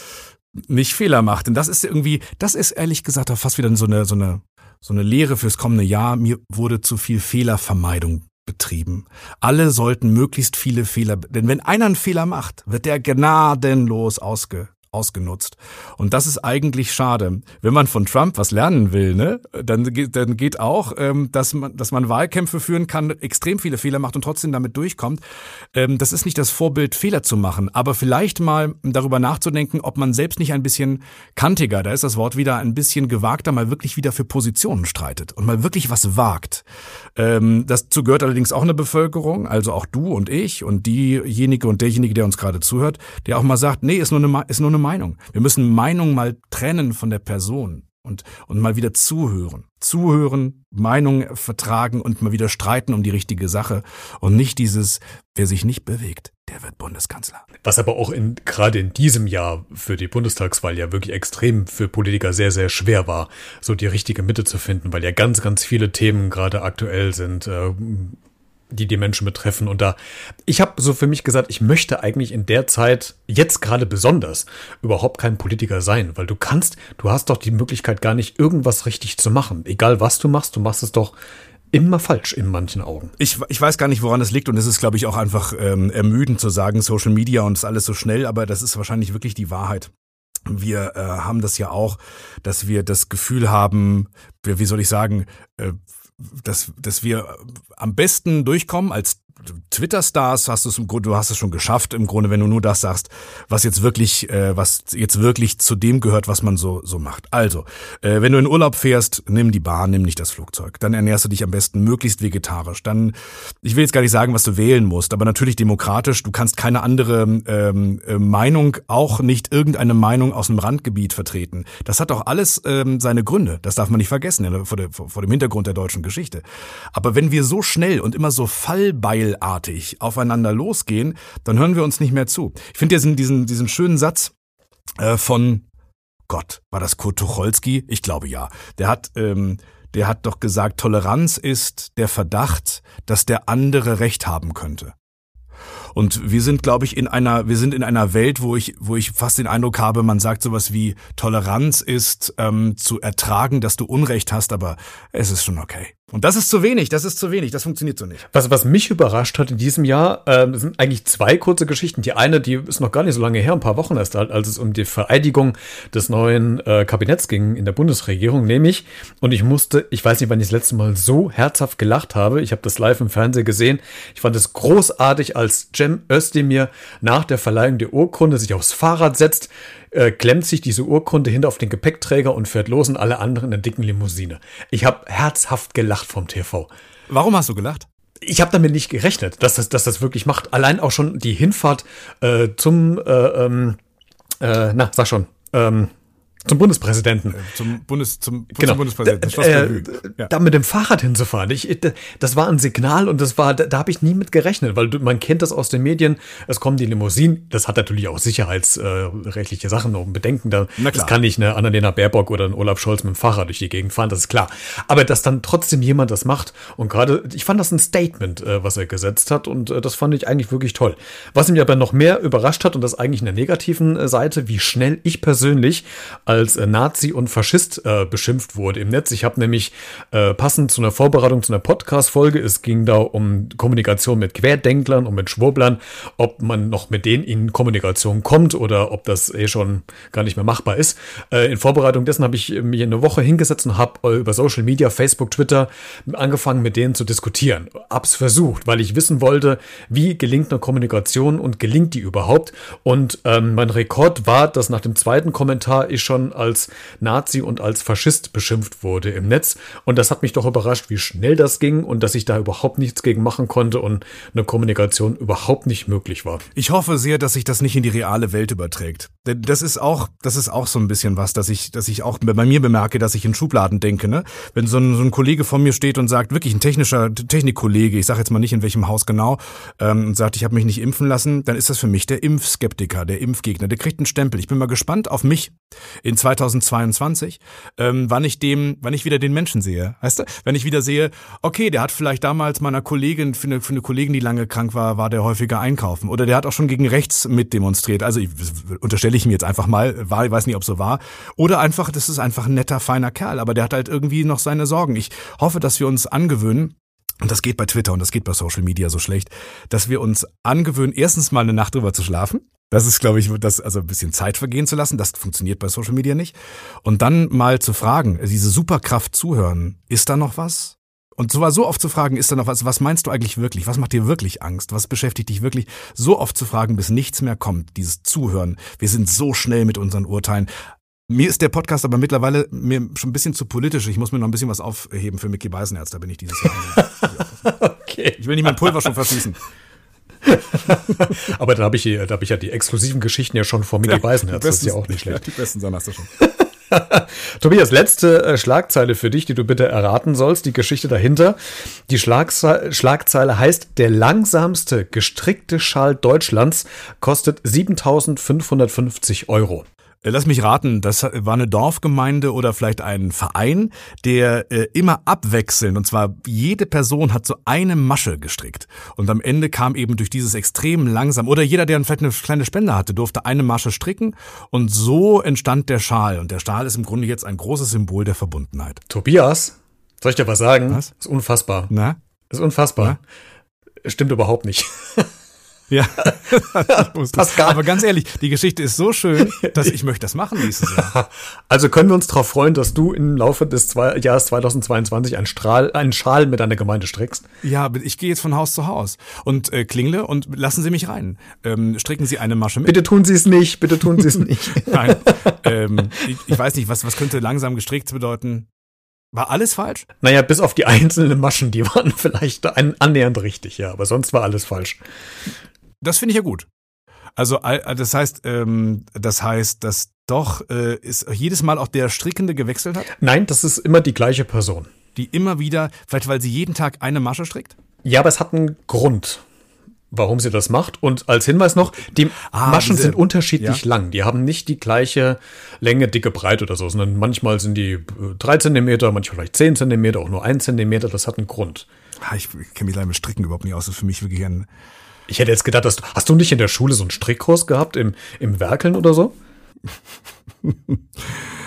nicht Fehler macht, denn das ist irgendwie, das ist ehrlich gesagt auch fast wieder so eine, so eine, so eine Lehre fürs kommende Jahr. Mir wurde zu viel Fehlervermeidung betrieben. Alle sollten möglichst viele Fehler, denn wenn einer einen Fehler macht, wird der gnadenlos ausge, ausgenutzt. Und das ist eigentlich schade. Wenn man von Trump was lernen will, ne, dann geht, dann geht auch, ähm, dass man, dass man Wahlkämpfe führen kann, extrem viele Fehler macht und trotzdem damit durchkommt. Ähm, das ist nicht das Vorbild, Fehler zu machen, aber vielleicht mal darüber nachzudenken, ob man selbst nicht ein bisschen kantiger, da ist das Wort wieder, ein bisschen gewagter, mal wirklich wieder für Positionen streitet und mal wirklich was wagt. Ähm, dazu gehört allerdings auch eine Bevölkerung, also auch du und ich und diejenige und derjenige, der uns gerade zuhört, der auch mal sagt, nee, ist nur eine, ist nur eine Meinung. Wir müssen Meinung mal trennen von der Person und, und mal wieder zuhören. Zuhören, Meinung vertragen und mal wieder streiten um die richtige Sache und nicht dieses, wer sich nicht bewegt, der wird Bundeskanzler. Was aber auch in, gerade in diesem Jahr für die Bundestagswahl ja wirklich extrem für Politiker sehr, sehr schwer war, so die richtige Mitte zu finden, weil ja ganz, ganz viele Themen gerade aktuell sind, äh, die die Menschen betreffen. Und da, ich habe so für mich gesagt, ich möchte eigentlich in der Zeit, jetzt gerade besonders, überhaupt kein Politiker sein, weil du kannst, du hast doch die Möglichkeit gar nicht, irgendwas richtig zu machen. Egal was du machst, du machst es doch immer falsch in manchen Augen. Ich, ich weiß gar nicht, woran es liegt, und es ist, glaube ich, auch einfach ähm, ermüdend zu sagen, Social Media und ist alles so schnell, aber das ist wahrscheinlich wirklich die Wahrheit. Wir äh, haben das ja auch, dass wir das Gefühl haben, wie soll ich sagen, äh, dass, dass wir am besten durchkommen als Twitter-Stars, hast du es im Grunde, du hast es schon geschafft, im Grunde, wenn du nur das sagst, was jetzt wirklich, äh, was jetzt wirklich zu dem gehört, was man so so macht. Also, äh, wenn du in Urlaub fährst, nimm die Bahn, nimm nicht das Flugzeug. Dann ernährst du dich am besten möglichst vegetarisch. Dann, ich will jetzt gar nicht sagen, was du wählen musst, aber natürlich demokratisch. Du kannst keine andere ähm, äh, Meinung, auch nicht irgendeine Meinung aus einem Randgebiet vertreten. Das hat doch alles ähm, seine Gründe. Das darf man nicht vergessen, ja, vor, der, vor dem Hintergrund der deutschen Geschichte. Aber wenn wir so schnell und immer so Fallbeil artig aufeinander losgehen, dann hören wir uns nicht mehr zu. Ich finde diesen, diesen, diesen schönen Satz äh, von Gott, war das Kurt Tucholsky? Ich glaube ja. Der hat, ähm, der hat doch gesagt, Toleranz ist der Verdacht, dass der andere Recht haben könnte. Und wir sind, glaube ich, in einer, wir sind in einer Welt, wo ich, wo ich fast den Eindruck habe, man sagt sowas wie Toleranz ist ähm, zu ertragen, dass du Unrecht hast, aber es ist schon okay. Und das ist zu wenig, das ist zu wenig, das funktioniert so nicht. Was, was mich überrascht hat in diesem Jahr, äh, sind eigentlich zwei kurze Geschichten. Die eine, die ist noch gar nicht so lange her, ein paar Wochen erst alt, als es um die Vereidigung des neuen äh, Kabinetts ging in der Bundesregierung, nämlich, und ich musste, ich weiß nicht, wann ich das letzte Mal so herzhaft gelacht habe, ich habe das live im Fernsehen gesehen, ich fand es großartig, als Cem Özdemir nach der Verleihung der Urkunde sich aufs Fahrrad setzt, Äh, klemmt sich diese Urkunde hinter auf den Gepäckträger und fährt los und alle anderen in der dicken Limousine. Ich habe herzhaft gelacht vom T V. Warum hast du gelacht? Ich habe damit nicht gerechnet, dass das, dass das wirklich macht. Allein auch schon die Hinfahrt äh, zum, äh, ähm, äh, na, sag schon, ähm, zum Bundespräsidenten. Zum Bundes, zum, genau. zum Bundespräsidenten. Schloss äh, ja. Da mit dem Fahrrad hinzufahren. Ich, das war ein Signal und das war, da, da habe ich nie mit gerechnet, weil man kennt das aus den Medien. Es kommen die Limousinen. Das hat natürlich auch sicherheitsrechtliche äh, Sachen und Bedenken. Da, das kann nicht eine Annalena Baerbock oder ein Olaf Scholz mit dem Fahrrad durch die Gegend fahren. Das ist klar. Aber dass dann trotzdem jemand das macht und gerade, ich fand das ein Statement, äh, was er gesetzt hat und äh, das fand ich eigentlich wirklich toll. Was mich aber noch mehr überrascht hat und das eigentlich in der negativen äh, Seite, wie schnell ich persönlich als Nazi und Faschist äh, beschimpft wurde im Netz. Ich habe nämlich äh, passend zu einer Vorbereitung zu einer Podcast-Folge, es ging da um Kommunikation mit Querdenklern und mit Schwurblern, ob man noch mit denen in Kommunikation kommt oder ob das eh schon gar nicht mehr machbar ist. Äh, in Vorbereitung dessen habe ich mich eine Woche hingesetzt und habe äh, über Social Media, Facebook, Twitter angefangen mit denen zu diskutieren. Hab's versucht, weil ich wissen wollte, wie gelingt eine Kommunikation und gelingt die überhaupt. Und ähm, mein Rekord war, dass nach dem zweiten Kommentar ich schon als Nazi und als Faschist beschimpft wurde im Netz. Und das hat mich doch überrascht, wie schnell das ging und dass ich da überhaupt nichts gegen machen konnte und eine Kommunikation überhaupt nicht möglich war. Ich hoffe sehr, dass sich das nicht in die reale Welt überträgt. Denn das ist auch, das ist auch so ein bisschen was, dass ich, dass ich auch bei mir bemerke, dass ich in Schubladen denke, ne? Wenn so ein, so ein Kollege vor mir steht und sagt, wirklich ein technischer Technikkollege, ich sage jetzt mal nicht in welchem Haus genau, ähm, und sagt, ich habe mich nicht impfen lassen, dann ist das für mich der Impfskeptiker, der Impfgegner, der kriegt einen Stempel. Ich bin mal gespannt auf mich in zweitausendzweiundzwanzig, ähm, wann ich dem, wann ich wieder den Menschen sehe, weißt du? Wenn ich wieder sehe, okay, der hat vielleicht damals meiner Kollegin, für eine, für eine Kollegin, die lange krank war, war der häufiger einkaufen. Oder der hat auch schon gegen rechts mitdemonstriert. Also ich, unterstelle ich ihm jetzt einfach mal, war, ich weiß nicht, ob so war. Oder einfach, das ist einfach ein netter, feiner Kerl, aber der hat halt irgendwie noch seine Sorgen. Ich hoffe, dass wir uns angewöhnen, und das geht bei Twitter und das geht bei Social Media so schlecht, dass wir uns angewöhnen, erstens mal eine Nacht drüber zu schlafen. Das ist, glaube ich, das, also ein bisschen Zeit vergehen zu lassen. Das funktioniert bei Social Media nicht. Und dann mal zu fragen, diese Superkraft zuhören, ist da noch was? Und zwar so oft zu fragen, ist da noch was? Was meinst du eigentlich wirklich? Was macht dir wirklich Angst? Was beschäftigt dich wirklich? So oft zu fragen, bis nichts mehr kommt. Dieses Zuhören. Wir sind so schnell mit unseren Urteilen. Mir ist der Podcast aber mittlerweile mir schon ein bisschen zu politisch. Ich muss mir noch ein bisschen was aufheben für Micky Beisenherz. Da bin ich dieses Jahr. Okay. Ich will nicht mein Pulver schon verschießen. Aber da habe ich, da hab ich ja die exklusiven Geschichten ja schon vor Micky ja, Beisenherz. Das ist ja auch nicht schlecht. Ja, die besten Sachen hast du schon. Tobias, letzte äh, Schlagzeile für dich, die du bitte erraten sollst, die Geschichte dahinter. Die Schlagze- Schlagzeile heißt, der langsamste gestrickte Schal Deutschlands kostet siebentausendfünfhundertfünfzig Euro. Lass mich raten, das war eine Dorfgemeinde oder vielleicht ein Verein, der äh, immer abwechselnd, und zwar jede Person hat so eine Masche gestrickt. Und am Ende kam eben durch dieses extrem langsam, oder jeder, der vielleicht eine kleine Spende hatte, durfte eine Masche stricken und so entstand der Schal. Und der Schal ist im Grunde jetzt ein großes Symbol der Verbundenheit. Tobias, soll ich dir was sagen? Was? Ist unfassbar. Na? Ist unfassbar. Na? Stimmt überhaupt nicht. Ja, passt gar. Aber ganz ehrlich, die Geschichte ist so schön, dass ich möchte das machen nächstes Jahr. Also können wir uns darauf freuen, dass du im Laufe des zwei, Jahres zweitausendzweiundzwanzig einen, Strahl, einen Schal mit deiner Gemeinde strickst? Ja, ich gehe jetzt von Haus zu Haus und äh, klingle und lassen Sie mich rein. Ähm, stricken Sie eine Masche mit. Bitte tun Sie es nicht, bitte tun Sie es nicht. Nein, ähm, ich, ich weiß nicht, was, was könnte langsam gestrickt bedeuten? War alles falsch? Naja, bis auf die einzelnen Maschen, die waren vielleicht ein, annähernd richtig, ja, aber sonst war alles falsch. Das finde ich ja gut. Also das heißt, ähm, das heißt, dass doch äh, ist jedes Mal auch der Strickende gewechselt hat? Nein, das ist immer die gleiche Person. Die immer wieder, vielleicht weil sie jeden Tag eine Masche strickt? Ja, aber es hat einen Grund, warum sie das macht. Und als Hinweis noch, die ah, Maschen diese, sind unterschiedlich ja? lang. Die haben nicht die gleiche Länge, Dicke, Breite oder so, sondern manchmal sind die drei Zentimeter, manchmal vielleicht zehn Zentimeter, auch nur ein Zentimeter. Das hat einen Grund. Ich kenne mich leider mit Stricken überhaupt nicht aus. Das ist für mich wirklich ein... Ich hätte jetzt gedacht, dass du, hast du nicht in der Schule so einen Strickkurs gehabt im, im Werkeln oder so?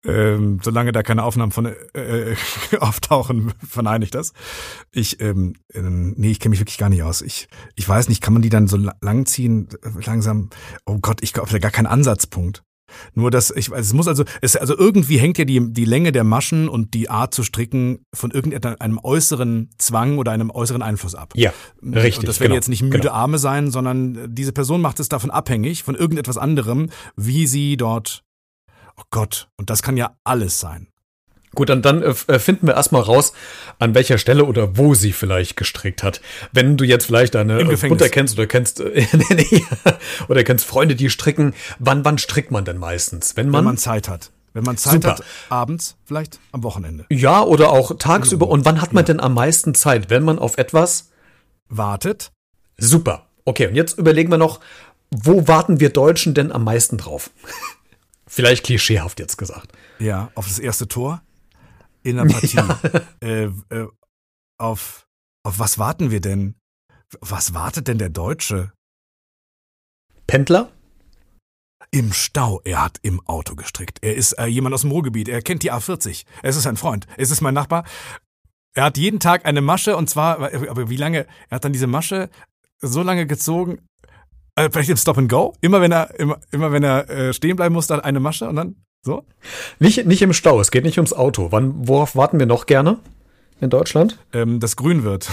Ähm, solange da keine Aufnahmen von äh, auftauchen, verneine ich das. Ich, ähm, äh, nee, ich kenne mich wirklich gar nicht aus. Ich, ich weiß nicht, kann man die dann so lang ziehen, langsam? Oh Gott, ich glaube, da gar kein Ansatzpunkt. Nur dass ich, also es muss also, es, also irgendwie hängt ja die die Länge der Maschen und die Art zu stricken von irgendeinem äußeren Zwang oder einem äußeren Einfluss ab. Ja, richtig. Und das werden genau, jetzt nicht müde genau. Arme sein, sondern diese Person macht es davon abhängig, von irgendetwas anderem, wie sie dort, oh Gott, und das kann ja alles sein. Gut, dann, dann äh, finden wir erstmal raus, an welcher Stelle oder wo sie vielleicht gestrickt hat. Wenn du jetzt vielleicht deine Mutter kennst oder kennst äh, oder kennst Freunde, die stricken, wann wann strickt man denn meistens? Wenn man, Wenn man Zeit hat. Wenn man Zeit Super. hat, abends, vielleicht am Wochenende. Ja, oder auch tagsüber. Und wann hat man ja. denn am meisten Zeit, wenn man auf etwas wartet? Super. Okay, und jetzt überlegen wir noch, wo warten wir Deutschen denn am meisten drauf? Vielleicht klischeehaft jetzt gesagt. Ja, auf das erste Tor in der Partie. Ja. Äh, äh, auf, auf was warten wir denn? Was wartet denn der Deutsche? Pendler? Im Stau. Er hat im Auto gestrickt. Er ist äh, jemand aus dem Ruhrgebiet. Er kennt die A vierzig. Es ist ein Freund. Es ist mein Nachbar. Er hat jeden Tag eine Masche und zwar, aber wie lange? Er hat dann diese Masche so lange gezogen, äh, vielleicht im Stop and Go. Immer wenn er, immer, immer wenn er äh, stehen bleiben muss, dann eine Masche und dann so. Nicht, nicht im Stau. Es geht nicht ums Auto. Wann, worauf warten wir noch gerne in Deutschland? Ähm, dass grün wird.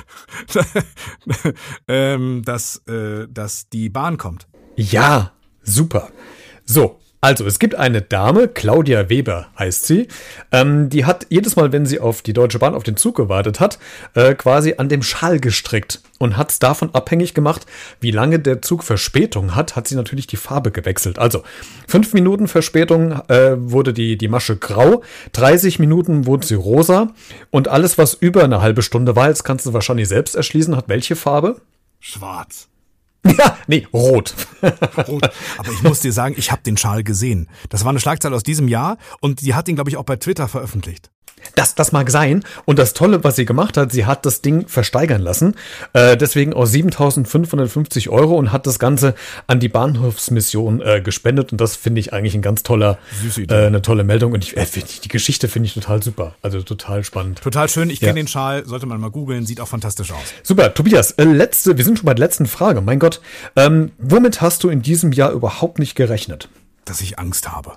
ähm, dass, äh, dass die Bahn kommt. Ja. Super. So, also es gibt eine Dame, Claudia Weber heißt sie, ähm, die hat jedes Mal, wenn sie auf die Deutsche Bahn, auf den Zug gewartet hat, äh, quasi an dem Schal gestrickt und hat es davon abhängig gemacht, wie lange der Zug Verspätung hat, hat sie natürlich die Farbe gewechselt. Also fünf Minuten Verspätung äh, wurde die, die Masche grau, dreißig Minuten wurde sie rosa und alles, was über eine halbe Stunde war, jetzt kannst du wahrscheinlich selbst erschließen, hat welche Farbe? Schwarz. Ja, nee, rot. Rot. Aber ich muss dir sagen, ich habe den Schal gesehen. Das war eine Schlagzeile aus diesem Jahr und die hat ihn, glaube ich, auch bei Twitter veröffentlicht. Das, das mag sein. Und das Tolle, was sie gemacht hat, sie hat das Ding versteigern lassen. Äh, deswegen aus siebentausendfünfhundertfünfzig Euro und hat das Ganze an die Bahnhofsmission äh, gespendet. Und das finde ich eigentlich ein ganz toller, äh, eine tolle Meldung. Und ich, äh, die Geschichte finde ich total super. Also total spannend. Total schön. Ich kenne ja. den Schal. Sollte man mal googeln. Sieht auch fantastisch aus. Super. Tobias, äh, letzte, wir sind schon bei der letzten Frage. Mein Gott. Ähm, womit hast du in diesem Jahr überhaupt nicht gerechnet? Dass ich Angst habe.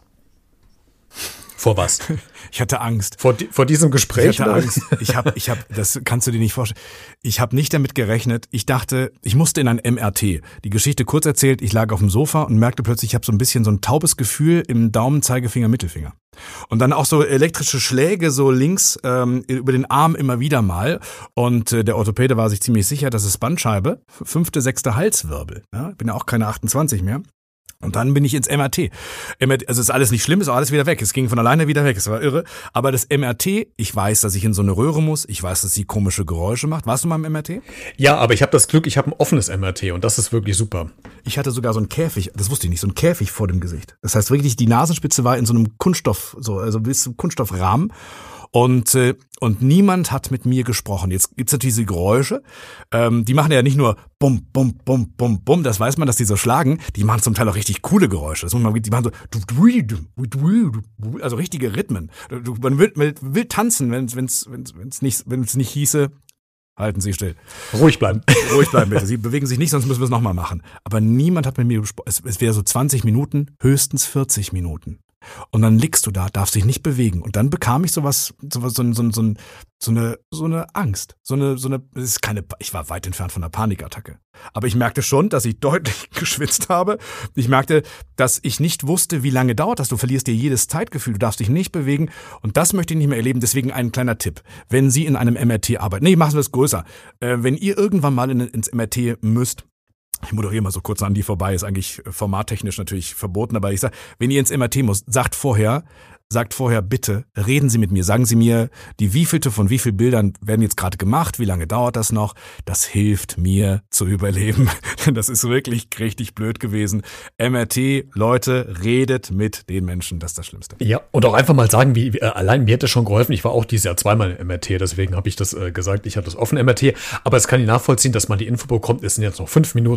Vor was? Ich hatte Angst. Vor, di- vor diesem Gespräch? Ich hatte Angst. Ich habe, ich habe, das kannst du dir nicht vorstellen. Ich habe nicht damit gerechnet. Ich dachte, ich musste in ein M R T. Die Geschichte kurz erzählt, ich lag auf dem Sofa und merkte plötzlich, ich habe so ein bisschen so ein taubes Gefühl im Daumen, Zeigefinger, Mittelfinger. Und dann auch so elektrische Schläge so links ähm, über den Arm immer wieder mal. Und äh, der Orthopäde war sich ziemlich sicher, das ist Bandscheibe, fünfte, sechste Halswirbel. Ja, bin ja auch keine achtundzwanzig mehr. Und dann bin ich ins M R T. Also ist alles nicht schlimm, ist auch alles wieder weg. Es ging von alleine wieder weg, es war irre. Aber das M R T, ich weiß, dass ich in so eine Röhre muss. Ich weiß, dass sie komische Geräusche macht. Warst du mal im M R T? Ja, aber ich habe das Glück, ich habe ein offenes M R T und das ist wirklich super. Ich hatte sogar so einen Käfig, das wusste ich nicht, so einen Käfig vor dem Gesicht. Das heißt wirklich, die Nasenspitze war in so einem Kunststoff, so also bis zum Kunststoffrahmen. Und, äh, und niemand hat mit mir gesprochen. Jetzt gibt's natürlich diese Geräusche. Ähm, die machen ja nicht nur bum, bum, bum, bum, bum. Das weiß man, dass die so schlagen. Die machen zum Teil auch richtig coole Geräusche. Das muss man, die machen so, also richtige Rhythmen. Man will, man will tanzen, wenn es wenn's, wenn's, wenn's nicht, wenn's nicht hieße, halten Sie still. Ruhig bleiben. Ruhig bleiben, bitte. Sie bewegen sich nicht, sonst müssen wir es nochmal machen. Aber niemand hat mit mir gesprochen. Es, es wäre so zwanzig Minuten, höchstens vierzig Minuten. Und dann liegst du da, darfst dich nicht bewegen. Und dann bekam ich sowas, sowas so, so, so, so, eine, so eine Angst. So eine, so eine, es ist keine, ich war weit entfernt von einer Panikattacke. Aber ich merkte schon, dass ich deutlich geschwitzt habe. Ich merkte, dass ich nicht wusste, wie lange dauert das. Du verlierst dir jedes Zeitgefühl, du darfst dich nicht bewegen. Und das möchte ich nicht mehr erleben. Deswegen ein kleiner Tipp. Wenn Sie in einem M R T arbeiten, nee, machen wir es größer. Äh, wenn ihr irgendwann mal in, ins M R T müsst, ich moderiere mal so kurz an die vorbei, ist eigentlich formattechnisch natürlich verboten, aber ich sage, wenn ihr ins M R T müsst, sagt vorher, sagt vorher bitte, reden Sie mit mir, sagen Sie mir, die wievielte von wie viel Bildern werden jetzt gerade gemacht, wie lange dauert das noch, das hilft mir zu überleben, das ist wirklich richtig blöd gewesen. M R T, Leute, redet mit den Menschen, das ist das Schlimmste. Ja, und auch einfach mal sagen, wie, äh, allein mir hat das schon geholfen, ich war auch dieses Jahr zweimal im M R T, deswegen habe ich das äh, gesagt, ich hatte das offene M R T, aber es kann ich nachvollziehen, dass man die Info bekommt, es sind jetzt noch fünf Minuten,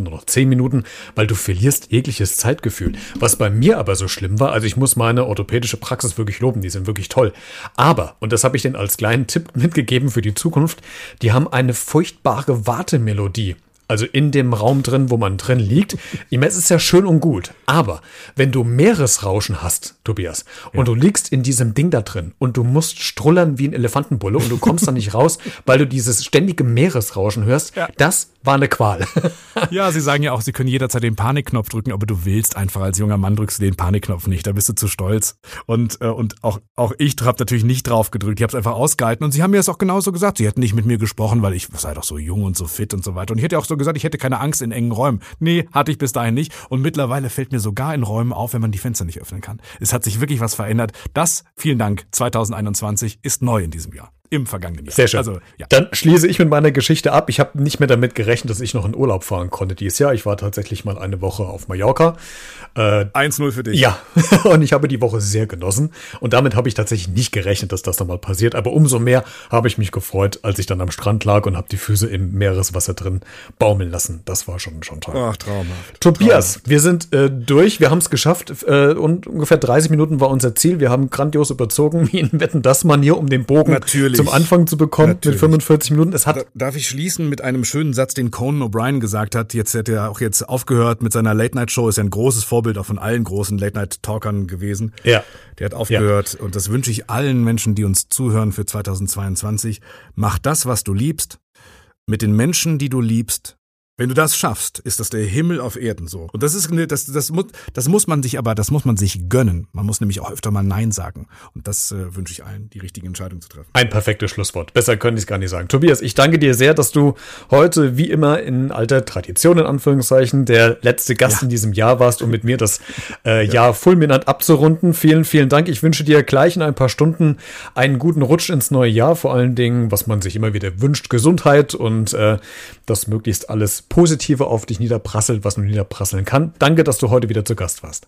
nur noch zehn Minuten, weil du verlierst jegliches Zeitgefühl. Was bei mir aber so schlimm war, also ich muss meine orthopädische Praxis wirklich loben, die sind wirklich toll. Aber, und das habe ich denen als kleinen Tipp mitgegeben für die Zukunft, die haben eine furchtbare Wartemelodie. Also in dem Raum drin, wo man drin liegt. Ich meine, es ist ja schön und gut. Aber wenn du Meeresrauschen hast, Tobias, und ja. du liegst in diesem Ding da drin und du musst strullern wie ein Elefantenbulle und du kommst da nicht raus, weil du dieses ständige Meeresrauschen hörst, ja. das war eine Qual. Ja, sie sagen ja auch, sie können jederzeit den Panikknopf drücken, aber du willst einfach als junger Mann drückst du den Panikknopf nicht, da bist du zu stolz. Und, äh, und auch, auch ich habe natürlich nicht drauf gedrückt, ich habe es einfach ausgehalten und sie haben mir das auch genauso gesagt. Sie hätten nicht mit mir gesprochen, weil ich sei doch so jung und so fit und so weiter. Und ich hätte auch so gesagt, ich hätte keine Angst in engen Räumen. Nee, hatte ich bis dahin nicht. Und mittlerweile fällt mir sogar in Räumen auf, wenn man die Fenster nicht öffnen kann. Es hat sich wirklich was verändert. Das, vielen Dank, zwanzig einundzwanzig ist neu in diesem Jahr. Im vergangenen Jahr. Sehr schön. Also, ja. Dann schließe ich mit meiner Geschichte ab. Ich habe nicht mehr damit gerechnet, dass ich noch in Urlaub fahren konnte dieses Jahr. Ich war tatsächlich mal eine Woche auf Mallorca. Äh, eins null für dich. Ja, und ich habe die Woche sehr genossen. Und damit habe ich tatsächlich nicht gerechnet, dass das nochmal passiert. Aber umso mehr habe ich mich gefreut, als ich dann am Strand lag und habe die Füße im Meereswasser drin baumeln lassen. Das war schon, schon toll. Ach, traumhaft. Tobias, traumhaft. Wir sind äh, durch. Wir haben es geschafft. Äh, und ungefähr dreißig Minuten war unser Ziel. Wir haben grandios überzogen, wie in Wetten, dass man hier, um den Bogen Natürlich. zum Anfang zu bekommen. Natürlich. Mit fünfundvierzig Minuten. Es hat Darf ich schließen mit einem schönen Satz, den Conan O'Brien gesagt hat. Jetzt hat er auch jetzt aufgehört mit seiner Late-Night-Show. Ist ja ein großes Vorbild auch von allen großen Late-Night-Talkern gewesen. Ja. Der hat aufgehört. Ja. Und das wünsche ich allen Menschen, die uns zuhören für zweitausendzweiundzwanzig. Mach das, was du liebst, mit den Menschen, die du liebst. Wenn du das schaffst, ist das der Himmel auf Erden so. Und das ist das das muss das muss man sich aber das muss man sich gönnen. Man muss nämlich auch öfter mal Nein sagen. Und das äh, wünsche ich allen, die richtige Entscheidung zu treffen. Ein perfektes Schlusswort. Besser könnte ich es gar nicht sagen. Tobias, ich danke dir sehr, dass du heute wie immer in alter Tradition in Anführungszeichen der letzte Gast ja. in diesem Jahr warst, um mit mir das äh, ja. Jahr fulminant abzurunden. Vielen, vielen Dank. Ich wünsche dir gleich in ein paar Stunden einen guten Rutsch ins neue Jahr. Vor allen Dingen, was man sich immer wieder wünscht, Gesundheit und äh, das möglichst alles Positive auf dich niederprasselt, was nur niederprasseln kann. Danke, dass du heute wieder zu Gast warst.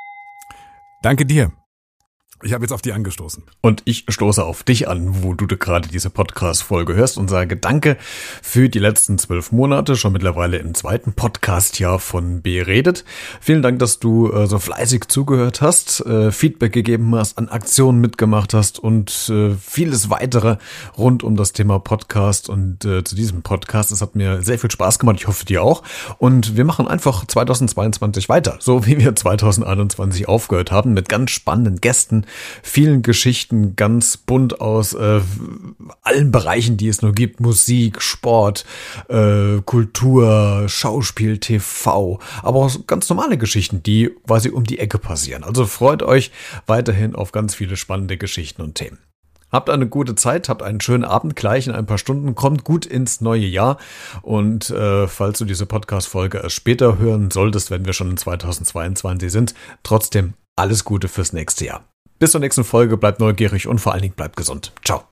Danke dir. Ich habe jetzt auf die angestoßen. Und ich stoße auf dich an, wo du gerade diese Podcast-Folge hörst und sage Danke für die letzten zwölf Monate, schon mittlerweile im zweiten Podcast-Jahr von Beredet. Vielen Dank, dass du äh, so fleißig zugehört hast, äh, Feedback gegeben hast, an Aktionen mitgemacht hast und äh, vieles weitere rund um das Thema Podcast und äh, zu diesem Podcast. Es hat mir sehr viel Spaß gemacht, ich hoffe dir auch. Und wir machen einfach zweitausendzweiundzwanzig weiter, so wie wir zweitausendeinundzwanzig aufgehört haben, mit ganz spannenden Gästen, vielen Geschichten, ganz bunt aus äh, allen Bereichen, die es nur gibt. Musik, Sport, äh, Kultur, Schauspiel, T V, aber auch ganz normale Geschichten, die quasi um die Ecke passieren. Also freut euch weiterhin auf ganz viele spannende Geschichten und Themen. Habt eine gute Zeit, habt einen schönen Abend, gleich in ein paar Stunden, kommt gut ins neue Jahr und äh, falls du diese Podcast-Folge erst später hören solltest, wenn wir schon in zweitausendzweiundzwanzig sind, trotzdem alles Gute fürs nächste Jahr. Bis zur nächsten Folge, bleibt neugierig und vor allen Dingen bleibt gesund. Ciao.